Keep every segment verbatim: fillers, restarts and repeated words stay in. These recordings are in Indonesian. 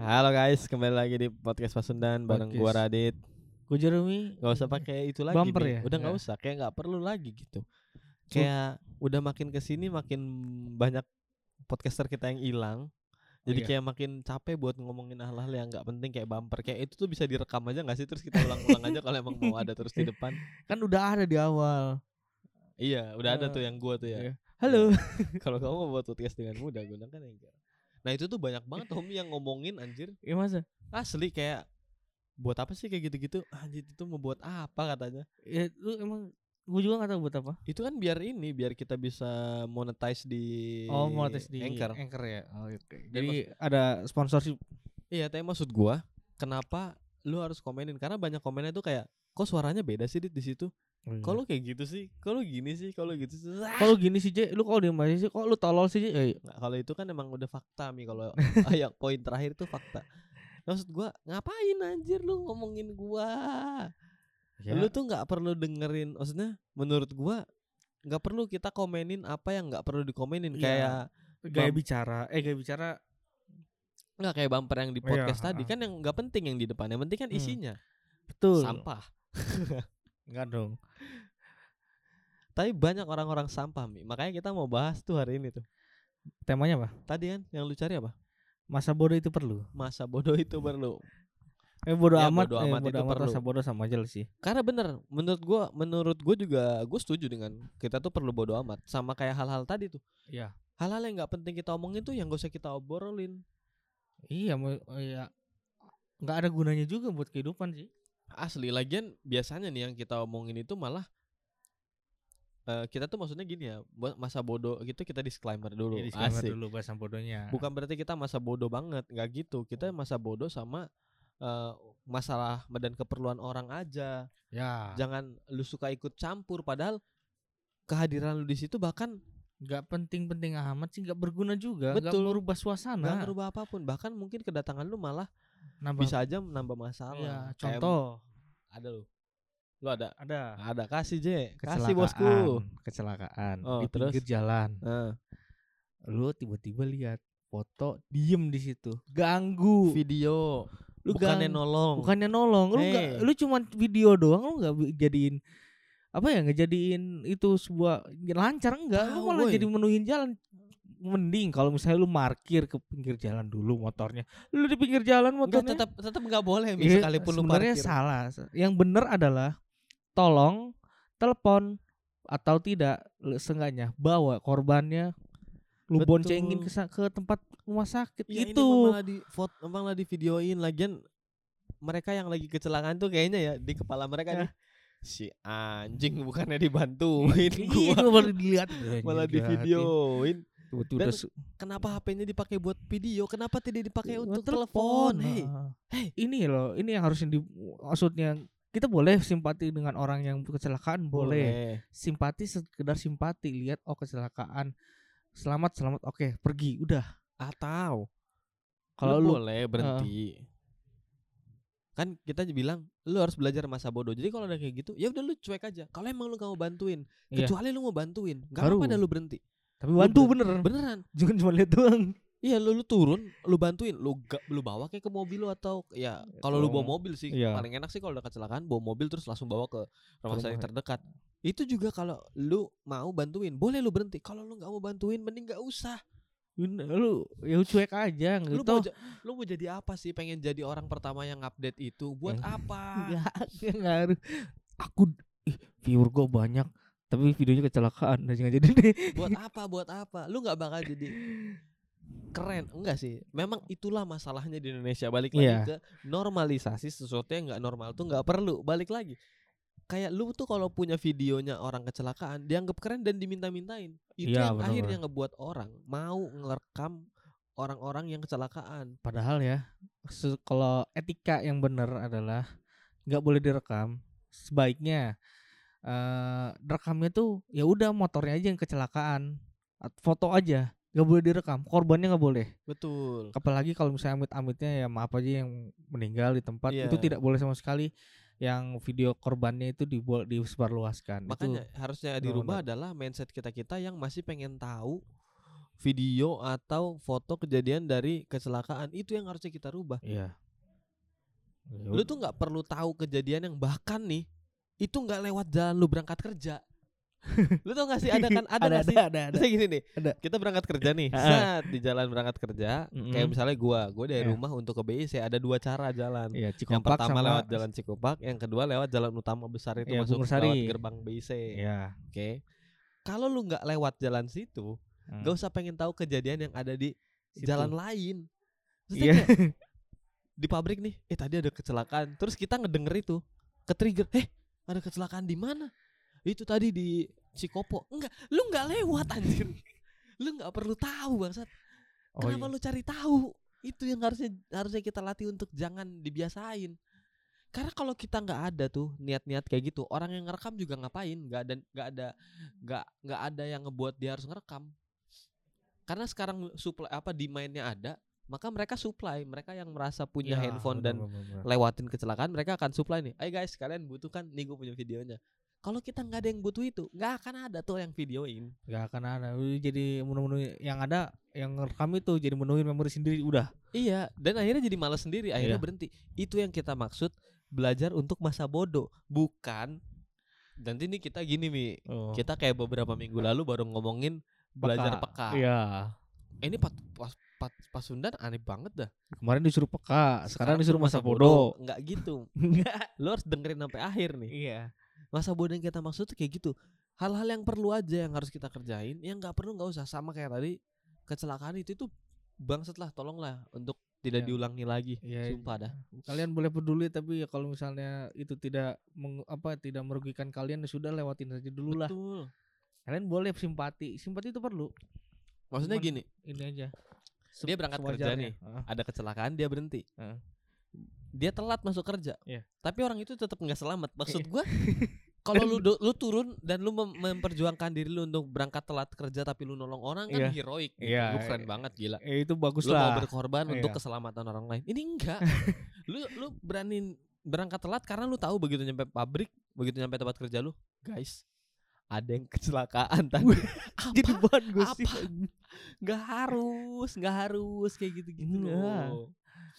Halo guys, kembali lagi di podcast Pasundan bareng Podcast. gua Radit. Gue Jeremy. Gak usah pakai itu lagi Bumper nih. ya? Udah nggak Nggak. usah, kayak nggak perlu lagi gitu. Kayak udah makin kesini makin banyak podcaster kita yang hilang. Jadi iya. kayak makin capek buat ngomongin hal-hal yang nggak penting kayak bumper. Kayak itu tuh bisa direkam aja nggak sih? Terus kita ulang-ulang aja kalau emang mau ada terus di depan. Kan udah ada di awal. Iya, udah ada Eh, tuh yang gua tuh ya. Iya. Halo. Kalau kamu mau buat podcast dengan mudah, gunakan Anchor. Nah itu tuh banyak banget homie yang ngomongin anjir. Iya masa? Asli kayak buat apa sih kayak gitu-gitu? Anjir itu mau buat apa katanya? Ya lu emang gue juga gak tahu buat apa. Itu kan biar ini biar kita bisa monetize di Oh, mau tes di Anchor. Anchor ya. Oh, oke. Dan Jadi ada sponsorship. Iya, tapi maksud gua kenapa lu harus komenin? Karena banyak komennya tuh kayak kok suaranya beda sih Dit, di situ. Kok lu kayak gitu sih? Kok lu gini sih? Kok lu gitu sih? Kalau gini sih, J, lu kalau diem aja sih, kok lu tolol sih, J? Eh, Nggak, kalau itu kan emang udah fakta Mi. Kalau ayo poin terakhir tuh fakta. Maksud gua ngapain anjir lu ngomongin gua? ya. Lu tuh nggak perlu dengerin, maksudnya menurut gua nggak perlu kita komenin apa yang nggak perlu dikomenin. Iya. Kayak gaya bam- bicara, eh gaya bicara. nggak kayak bumper yang di Iya, podcast tadi ha-ha. kan yang nggak penting yang di depan, yang penting kan Hmm. isinya. Betul. Sampah. Enggak dong. Tapi banyak orang-orang sampah Mi. Makanya kita mau bahas tuh hari ini tuh. Temanya apa? Tadi kan yang lu cari apa? Masa bodoh itu perlu. Masa bodoh itu perlu. Eh bodoh Ya, amat, bodoh eh, amat bodoh itu amat perlu. masa bodoh sama aja sih. Karena bener, menurut gua, menurut gua juga gua setuju dengan kita tuh perlu bodoh amat. Sama kayak hal-hal tadi tuh. Iya. Hal-hal yang nggak penting kita omongin tuh yang gak usah kita obrolin. Iya, mau ya nggak ada gunanya juga buat kehidupan sih. Asli, lagian biasanya nih yang kita omongin itu malah eh, kita tuh maksudnya gini ya, buat masa bodoh gitu kita disclaimer dulu. Jadi disclaimer Asik. dulu bahasa bodohnya. Bukan berarti kita masa bodoh banget, nggak gitu. Kita masa bodoh sama eh, masalah dan keperluan orang aja. Ya. Jangan lu suka ikut campur, padahal kehadiran lu di situ bahkan Nggak penting-penting amat sih, nggak berguna juga. Nggak Betul. merubah suasana. nggak merubah apapun. Bahkan mungkin kedatangan lu malah Nambah. bisa aja menambah masalah. Iya, Kayak contoh ada lu, lu ada, ada ada kasih J, kasih kecelakaan, bosku. kecelakaan Oh, di pinggir terus? jalan. Nah, Lu tiba-tiba lihat foto, diem di situ, ganggu. video, Lu bukannya gang- nolong. Bukannya nolong, lu nggak, Hey. lu cuma video doang, lu nggak bi- jadiin apa ya, ngejadiin itu sebuah lancar enggak, lu Tahu, malah boy. jadi menuhin jalan. Mending kalau misalnya lu parkir ke pinggir jalan dulu motornya, lu di pinggir jalan Enggak, motornya. tetap tetap nggak boleh Mi, Iya, sekalipun lu sebenarnya parkir. salah. Yang benar adalah tolong telepon atau tidak, le- seenggaknya bawa korbannya, lu Betul. boncengin ke, sa- ke tempat rumah sakit. Ya, ini Itu mah malah di foto, malah di videoin. Lagian mereka yang lagi kecelakaan tuh kayaknya ya di kepala mereka Ya. nih, si anjing bukannya dibantuin Iya, gua, baru dilihat malah di videoin. Betul, Dan udah su- kenapa H P-nya dipakai buat video? Kenapa tidak dipakai buat untuk telepon? Nah, Hei, hey. ini loh, ini yang harusnya di, maksudnya kita boleh simpati dengan orang yang kecelakaan, boleh. Simpati sekedar simpati, lihat oh kecelakaan, selamat selamat, oke pergi udah. Atau Kalau lu lu boleh berhenti. Kan kita bilang lu harus belajar masa bodoh. Jadi kalau ada kayak gitu, ya udah lu cuek aja. Kalau emang lu gak mau bantuin, Iya. kecuali lu mau bantuin, gak Baru. apa-apa dah lu berhenti. tapi bantu Lu ber- bener, Beneran. jangan cuma lihat doang. Iya, lu lu turun, lu bantuin, lu ga, lu bawa kayak ke mobil lu atau ya kalau lu bawa Oh, mobil sih iya. paling enak sih kalau udah kecelakaan bawa mobil terus langsung bawa ke rumah rumah. sakit terdekat. Itu juga kalau lu mau bantuin, boleh lu berhenti. Kalau lu nggak mau bantuin, mending nggak usah. Bener, lu ya cuek aja Lu gitu. mau ja- lu mau jadi apa sih? Pengen jadi orang pertama yang update itu buat Yang- apa? Enggak, enggak harus. Aku ih, viewer gue banyak, tapi videonya kecelakaan, nah, jangan jadi deh. Buat apa? Buat apa? Lu nggak bakal jadi keren, enggak sih? Memang itulah masalahnya di Indonesia. Balik lagi Iya. ke normalisasi sesuatu yang nggak normal tuh nggak perlu. Balik lagi, kayak lu tuh kalau punya videonya orang kecelakaan dianggap keren dan diminta-mintain. Itu Iya, yang benar-benar. akhirnya ngebuat orang mau ngerekam orang-orang yang kecelakaan. Padahal ya, se- kalau etika yang benar adalah nggak boleh direkam. Sebaiknya eh rekamnya tuh ya udah motornya aja yang kecelakaan, At- foto aja, nggak boleh direkam, korbannya nggak boleh. Betul. Apalagi kalau misalnya amit-amitnya ya maaf aja yang meninggal di tempat, Iya. itu tidak boleh sama sekali. Yang video korbannya itu dibuat disebarluaskan. Makanya Itu harusnya benar-benar. dirubah adalah mindset kita-kita yang masih pengen tahu video atau foto kejadian dari kecelakaan. Itu yang harusnya kita rubah. Iya. Lu tuh nggak perlu tahu kejadian yang bahkan nih itu nggak lewat jalan lu berangkat kerja. Lu tau gak sih ada kan ada, ada, gak sih? ada, ada, ada. Misalnya gini nih, Ada. kita berangkat kerja nih, Heeh. saat di jalan berangkat kerja, Mm-mm. kayak misalnya gua, gua dari Iya. rumah untuk ke B I C ada dua cara jalan. Iya, Yang Cikopak pertama sama lewat jalan Cikopak, yang kedua lewat jalan utama besar itu Iya, masuk Bungursari. lewat gerbang B I C. Iya. Oke. Kalau lu nggak lewat jalan situ, Hmm. gak usah pengen tahu kejadian yang ada di Situ. jalan lain. Maksudnya Iya. kayak di pabrik nih, eh tadi ada kecelakaan. Terus kita ngedenger itu, ke-trigger, "Eh, ada kecelakaan di mana?" Itu tadi di Cikopo. Enggak, lu nggak lewat anjir. Lu nggak perlu tahu bangsat. Oh, Kenapa iya. lu cari tahu? Itu yang harusnya harusnya kita latih untuk jangan dibiasain. Karena kalau kita nggak ada tuh niat-niat kayak gitu, orang yang ngerekam juga ngapain? Nggak ada nggak ada nggak nggak ada yang ngebuat dia harus ngerekam. Karena sekarang supply apa demand-nya ada, maka mereka supply. Mereka yang merasa punya Ya, handphone benar, dan benar, benar. lewatin kecelakaan, mereka akan supply nih. Ayo guys, kalian butuh kan? Nih gue punya videonya. Kalau kita nggak ada yang butuh itu, nggak akan ada tuh yang videoin. Gak akan ada. Lu jadi menu-menu yang ada yang ngerekam itu jadi menuhin memori sendiri udah. Iya, dan akhirnya jadi malas sendiri, akhirnya Iya. berhenti. Itu yang kita maksud belajar untuk masa bodoh, bukan. Nanti nih kita gini Mi, Oh. kita kayak beberapa minggu lalu baru ngomongin belajar peka. Iya. Eh, ini pas pas pas, pas Sundan aneh banget dah. Kemarin disuruh peka, sekarang, disuruh tuh masa bodoh. Enggak gitu. Enggak. Lo harus dengerin sampai akhir nih. Iya. Masa bodoh yang kita maksud tuh kayak gitu. Hal-hal yang perlu aja yang harus kita kerjain, yang nggak perlu nggak usah. Sama kayak tadi kecelakaan itu itu bangsat lah, tolonglah untuk tidak Iya. diulangi lagi. Iya. Sumpah dah. Kalian boleh peduli tapi ya kalau misalnya itu tidak meng, apa tidak merugikan kalian ya sudah lewatin saja dulu lah. Betul. Kalian boleh simpati. Simpati itu perlu. Maksudnya Cuman gini, Ini aja. Se- dia berangkat kerja sewajarnya. nih, Heeh. ada kecelakaan dia berhenti. Heeh. Dia telat masuk kerja. Iya. Tapi orang itu tetap nggak selamat. Maksud Iya. gua kalau lu do- lu turun dan lu mem- memperjuangkan diri lu untuk berangkat telat kerja tapi lu nolong orang kan Iya. heroik gitu. Iya. Lu keren banget gila. Eh, itu bagus Lu mau lah. berkorban untuk Iya. keselamatan orang lain. Ini enggak. lu lu berani berangkat telat karena lu tahu begitu nyampe pabrik, begitu nyampe tempat kerja lu, guys, ada yang kecelakaan tadi. Apa? Jadi bahan gosip. Apa? Nggak harus, nggak harus kayak gitu-gitu Enggak. loh.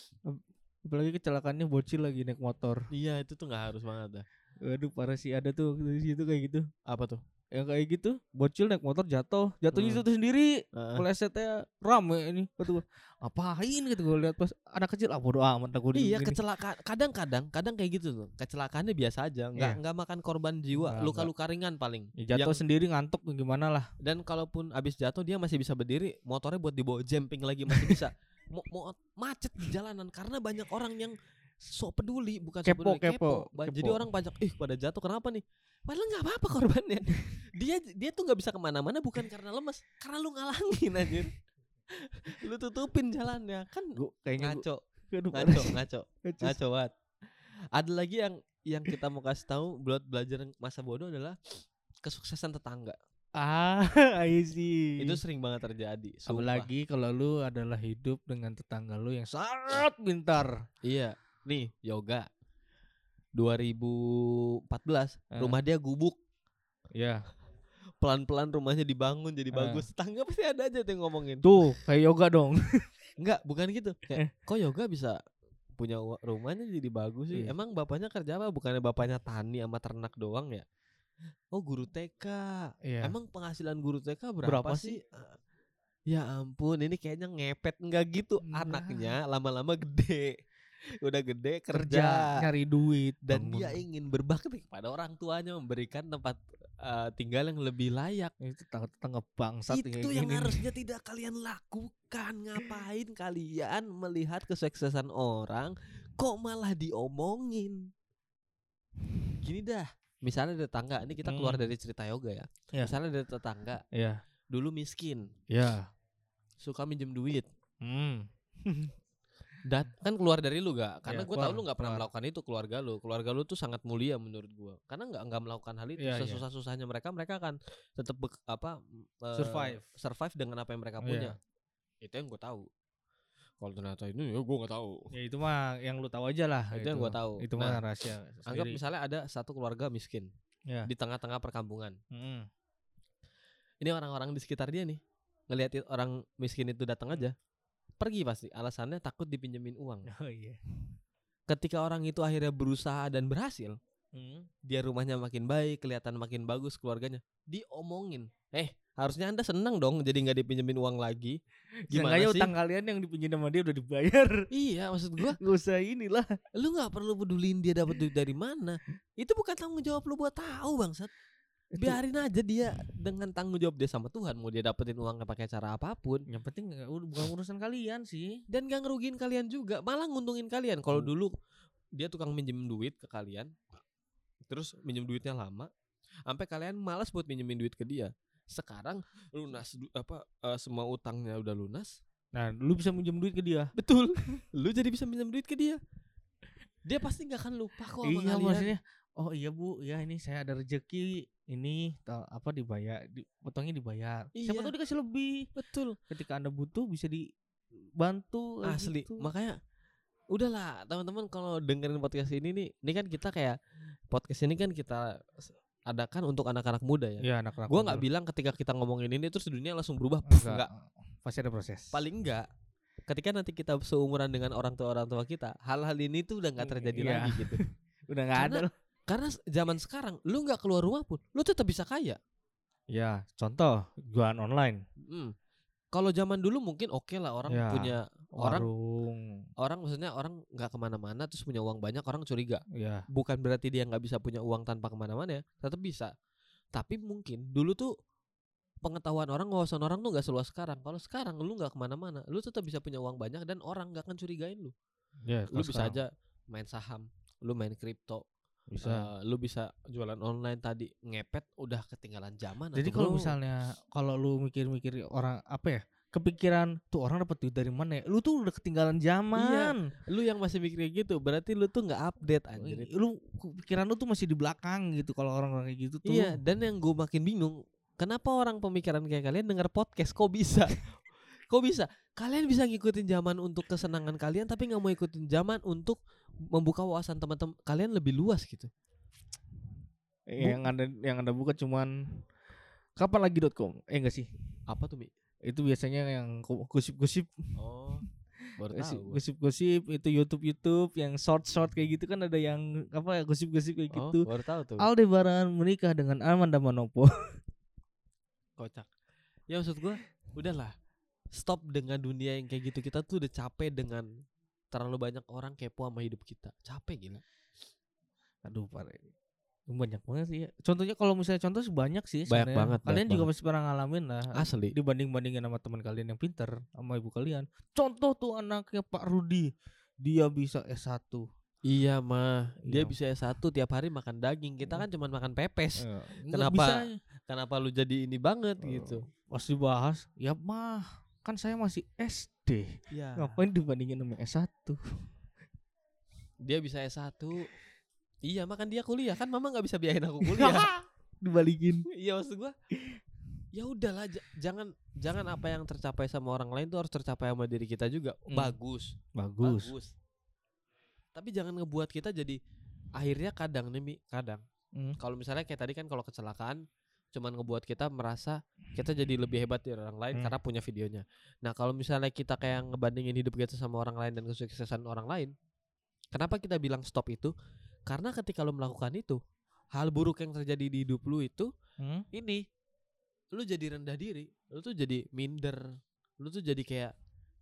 Apalagi kecelakaannya bocil lagi naik motor. Iya, itu tuh nggak harus banget dah. Waduh, parah sih ada tuh di situ kayak gitu. Apa tuh? Yang kayak gitu, bocil naik motor jatuh, jatuhnya Hmm. jatuh sendiri. Heeh. Plesetnya rame ini. Kata gua, ngapain gitu gue lihat pas anak kecil, ah bodo amat aku Iya, kecelakaan. Kadang-kadang, kadang kayak gitu tuh. Kecelakaannya biasa aja, nggak Iya. nggak makan korban jiwa, Nggak, luka-luka ringan paling. Ya, jatuh Yang- sendiri ngantuk gimana lah. Dan kalaupun abis jatuh dia masih bisa berdiri, motornya buat dibawa jumping lagi masih bisa. Mau, mau macet di jalanan karena banyak orang yang sok peduli, bukan sok Kepo, peduli, kepo, Ba- kepo. Jadi orang banyak, ih pada jatuh kenapa nih? Padahal nggak apa-apa korbannya. dia dia tuh nggak bisa kemana-mana bukan karena lemes, karena lu ngalangin anjir. Lu tutupin jalannya kan. Gua kayaknya Ngaco, gua, aduh, ngaco, parah. ngaco, Ngaco. ngaco banget. Ada lagi yang yang kita mau kasih tahu buat belajar masa bodoh adalah kesuksesan tetangga. Ah, I see. Itu sering banget terjadi. Sumpah. Apalagi kalau lu adalah hidup dengan tetangga lu yang sangat pintar. Iya, nih yoga dua ribu empat belas Eh. rumah dia gubuk, Ya. pelan-pelan rumahnya dibangun jadi Eh. bagus. Tetangga pasti ada aja tuh yang ngomongin. Tuh, kayak yoga dong. Enggak, bukan gitu. Eh. Kayak, kok yoga bisa punya wa- rumahnya jadi bagus sih? Iya. Emang bapaknya kerja apa? Bukannya bapaknya tani sama ternak doang ya? Oh, guru T K. Iya. Emang penghasilan guru T K berapa, Berapa sih? Eh, Ya ampun, ini kayaknya ngepet. Enggak gitu. Enggak. Anaknya lama-lama gede. Udah gede kerja, kerja, nyari duit dan bangun. dia ingin berbakti kepada orang tuanya, memberikan tempat uh, tinggal yang lebih layak. itu tetangga bangsat Itu kayak yang gini. harusnya tidak kalian lakukan. Ngapain kalian melihat kesuksesan orang kok malah diomongin? Gini dah, misalnya ada tetangga, ini kita keluar Hmm. dari cerita yoga ya. Ya. Misalnya ada tetangga Ya. dulu miskin, Ya. suka minjem duit. Hmm. Dat kan keluar dari lu gak? Karena Ya, gue tahu keluar, lu nggak pernah keluar. melakukan itu, keluarga lu. Keluarga lu tuh sangat mulia menurut gue. Karena nggak nggak melakukan hal itu. Iya, iya. Sesusah-susahnya mereka, mereka akan tetap bek- apa eh, Survive. survive dengan apa yang mereka Iya. punya. Itu yang gue tahu. Kalau ternyata ini ya gue nggak tahu. Ya itu mah yang lu tahu aja lah. Itu yang gua tahu. Itu Nah, mah rahasia. Anggap sendiri. misalnya ada satu keluarga miskin Ya. di tengah-tengah perkampungan. Mm-mm. Ini orang-orang di sekitar dia nih ngeliatin orang miskin itu datang aja, pergi pasti. Alasannya takut dipinjemin uang. Oh iya. Ketika orang itu akhirnya berusaha dan berhasil, Hmm. dia rumahnya makin baik, kelihatan makin bagus, keluarganya diomongin. Eh, harusnya Anda senang dong jadi nggak dipinjemin uang lagi. Gimana Seenggaknya sih? utang kalian yang dipinjam sama dia udah dibayar. Iya, maksud gua, Gak usah inilah. lu nggak perlu peduliin dia dapat duit dari mana. Itu bukan tanggung jawab lu buat tahu, bangsat. Itu- Biarin aja dia dengan tanggung jawab dia sama Tuhan, mau dia dapetin uangnya pakai cara apapun. Yang penting nggak- udah bukan urusan kalian sih. Dan gak ngerugiin kalian juga, malah nguntungin kalian. Kalau Hmm. dulu dia tukang minjem duit ke kalian, terus minjem duitnya lama, sampai kalian malas buat minjemin duit ke dia. Sekarang lunas du- apa eh, semua utangnya udah lunas. Nah, lu bisa minjem duit ke dia. Betul. Lu jadi bisa minjem duit ke dia. Dia pasti nggak akan lupa kok sama Iya, kalian. maksudnya oh iya Bu, ya ini saya ada rezeki ini ta- apa dibayar, di, potongnya dibayar. Siapa Iya. tahu dikasih lebih. Betul. Ketika Anda butuh bisa dibantu kayak Asli. gitu. Makanya udahlah teman-teman kalau dengerin podcast ini nih, ini kan kita kayak podcast ini kan kita s- adakan untuk anak-anak muda ya. Iya, anak-anak. Gua nggak muda. bilang ketika kita ngomongin ini terus dunia langsung berubah. enggak. Puff, enggak. Pasti ada proses. Paling enggak. Ketika nanti kita seumuran dengan orang tua orang tua kita, hal-hal ini tuh udah nggak terjadi Iya. lagi gitu. Udah enggak ada. Karena- loh. Karena s- zaman sekarang lu nggak keluar rumah pun, lu tetap bisa kaya. Ya, contoh jualan online. Hmm. Kalau zaman dulu mungkin oke lah orang Ya, punya orang Warung. orang maksudnya orang nggak kemana-mana terus punya uang banyak, orang curiga. Ya. Bukan berarti dia nggak bisa punya uang tanpa kemana-mana ya, tetap bisa. Tapi mungkin dulu tuh pengetahuan orang, wawasan orang tuh nggak seluas sekarang. Kalau sekarang lu nggak kemana-mana, lu tetap bisa punya uang banyak dan orang nggak akan curigain lu. Ya, Lu kalau bisa sekarang aja main saham, lu main kripto, bisa. eh, lu bisa jualan online tadi, ngepet udah ketinggalan zaman. Jadi atau kalau bro. misalnya kalau lu mikir-mikir orang apa ya? Kepikiran tuh orang dapat duit dari mana ya? Lu tuh udah ketinggalan zaman. lu yang masih mikir gitu, berarti lu tuh nggak update anjir. Lu pikiran lu tuh masih di belakang gitu kalau orang-orang kayak gitu tuh. Iya, dan yang gue makin bingung, kenapa orang pemikiran kayak kalian denger podcast kok bisa? Kok bisa? Kalian bisa ngikutin zaman untuk kesenangan kalian, tapi nggak mau ikutin zaman untuk membuka wawasan teman-teman kalian lebih luas gitu. Eh, yang ada yang anda buka cuman kapan lagi dot com. Eh enggak sih. Apa tuh, Mi? Itu biasanya yang ko- gosip-gosip, Oh, baru gosip- tahu. gua. gosip-gosip itu YouTube-YouTube yang short-short kayak gitu kan, ada yang apa gosip-gosip kayak Oh, gitu. baru tahu tuh. Aldebaran menikah dengan Amanda Manopo. Kocak. Ya maksud gue, udahlah. Stop dengan dunia yang kayak gitu. Kita tuh udah capek dengan terlalu banyak orang kepo sama hidup kita. Capek gila. Aduh, parah. Banyak banget sih ya. Contohnya kalau misalnya contoh sih banyak sih Banyak sebenarnya. banget, Kalian banyak juga banget. pasti pernah ngalamin lah. Asli. Dibanding-bandingin sama teman kalian yang pinter sama ibu kalian. Contoh tuh anaknya Pak Rudi. Dia bisa S satu. Iya mah, dia Iya. bisa S satu tiap hari makan daging. Kita kan cuma makan pepes. Eh, nggak Kenapa bisa. Kenapa lu jadi ini banget Eh, gitu? Pas dibahas, ya mah kan saya masih S D. Iya. Ngapain dibandingin sama S satu? Dia bisa S satu. Iya, makan dia kuliah kan mama nggak bisa biayain aku kuliah. Dibalikin. Iya maksud gua. Ya udahlah, j- jangan jangan apa yang tercapai sama orang lain tuh harus tercapai sama diri kita juga. Hmm. Bagus. Bagus. Bagus. Tapi jangan ngebuat kita jadi akhirnya kadang nih Mi, kadang. Hmm. Kalau misalnya kayak tadi kan kalau kecelakaan cuman ngebuat kita merasa kita jadi lebih hebat dari orang lain Hmm. karena punya videonya. Nah, kalau misalnya kita kayak ngebandingin hidup kita sama orang lain dan kesuksesan orang lain, kenapa kita bilang stop itu? Karena ketika lo melakukan itu, hal buruk yang terjadi di hidup lu itu Hmm? ini, lu jadi rendah diri, lu tuh jadi minder, lu tuh jadi kayak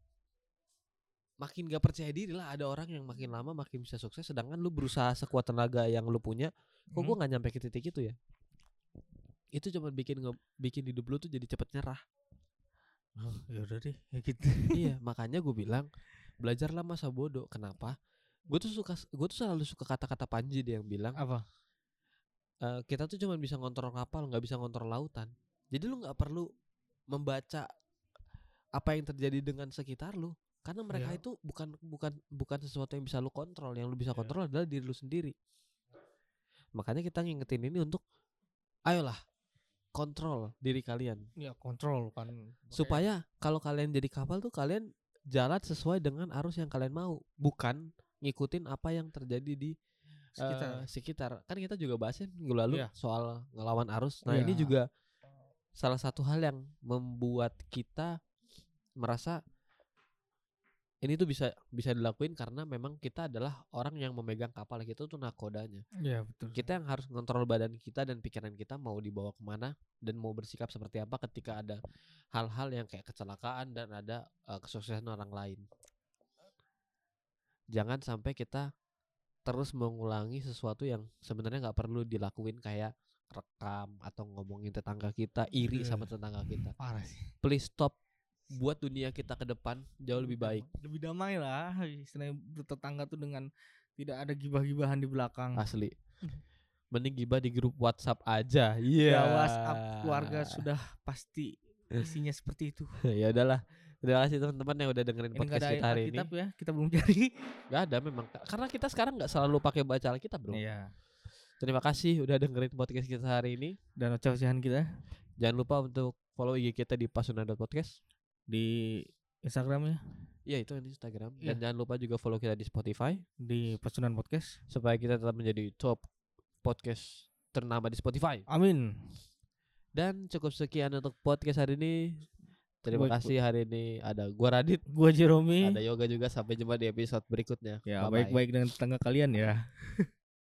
makin gak percaya diri lah. Ada orang yang makin lama makin bisa sukses, sedangkan lu berusaha sekuat tenaga yang lu punya, kok gua Hmm? nggak nyampe ke titik itu ya? Itu cuma bikin nge- bikin hidup lu tuh jadi cepet nyerah. Oh, ya udah deh, ya gitu. Iya, makanya gue bilang belajarlah masa bodoh. Kenapa? Gue tuh suka, gue tuh selalu suka kata-kata Panji dia yang bilang Apa? e, kita tuh cuma bisa ngontrol kapal, nggak bisa ngontrol lautan. Jadi lu nggak perlu membaca apa yang terjadi dengan sekitar lu, karena mereka Iya. itu bukan bukan bukan sesuatu yang bisa lu kontrol. Yang lu bisa Iya. kontrol adalah diri lu sendiri. Makanya kita ngingetin ini untuk ayolah kontrol diri kalian. Ya kontrol kan. Supaya kalau kalian jadi kapal tuh kalian jalan sesuai dengan arus yang kalian mau, bukan ngikutin apa yang terjadi di Sekitar. eh, sekitar. Kan kita juga bahasnya minggu lalu Iya. soal ngelawan arus. Nah, ini Iya. juga salah satu hal yang membuat kita merasa ini tuh bisa bisa dilakuin karena memang kita adalah orang yang memegang kapal, kita tuh nakodanya. Iya betul. Kita yang harus ngontrol badan kita dan pikiran kita mau dibawa kemana dan mau bersikap seperti apa ketika ada hal-hal yang kayak kecelakaan dan ada uh, kesuksesan orang lain. Jangan sampai kita terus mengulangi sesuatu yang sebenarnya nggak perlu dilakuin, kayak rekam atau ngomongin tetangga kita, iri sama tetangga kita. Parah sih. Please stop. Buat dunia kita ke depan jauh lebih baik. Lebih damai lah istilahnya bertetangga tuh dengan tidak ada gibah-gibahan di belakang. Asli. Mending gibah di grup WhatsApp aja. Iya. Ya WhatsApp keluarga sudah pasti isinya seperti itu. Ya udahlah. Terima kasih teman-teman yang udah dengerin Ini podcast ada kita hari ini. Alkitab ya, kita belum cari. Gak ada memang. Karena kita sekarang gak selalu pakai baca Alkitab, bro. Iya. Terima kasih udah dengerin podcast kita hari ini. Dan ocehan kita. Jangan lupa untuk follow I G kita di pasuna dot podcast. Di Instagramnya. Iya itu di Instagram. Dan Iya. jangan lupa juga follow kita di Spotify. Di Pasunan Podcast. Supaya kita tetap menjadi top podcast ternama di Spotify. Amin. Dan cukup sekian untuk podcast hari ini. Terima Gua- kasih hari ini ada gua Radit, Gua Jeromi. ada Yoga juga. Sampai jumpa di episode berikutnya. Ya Bye-bye. baik-baik dengan tetangga kalian ya.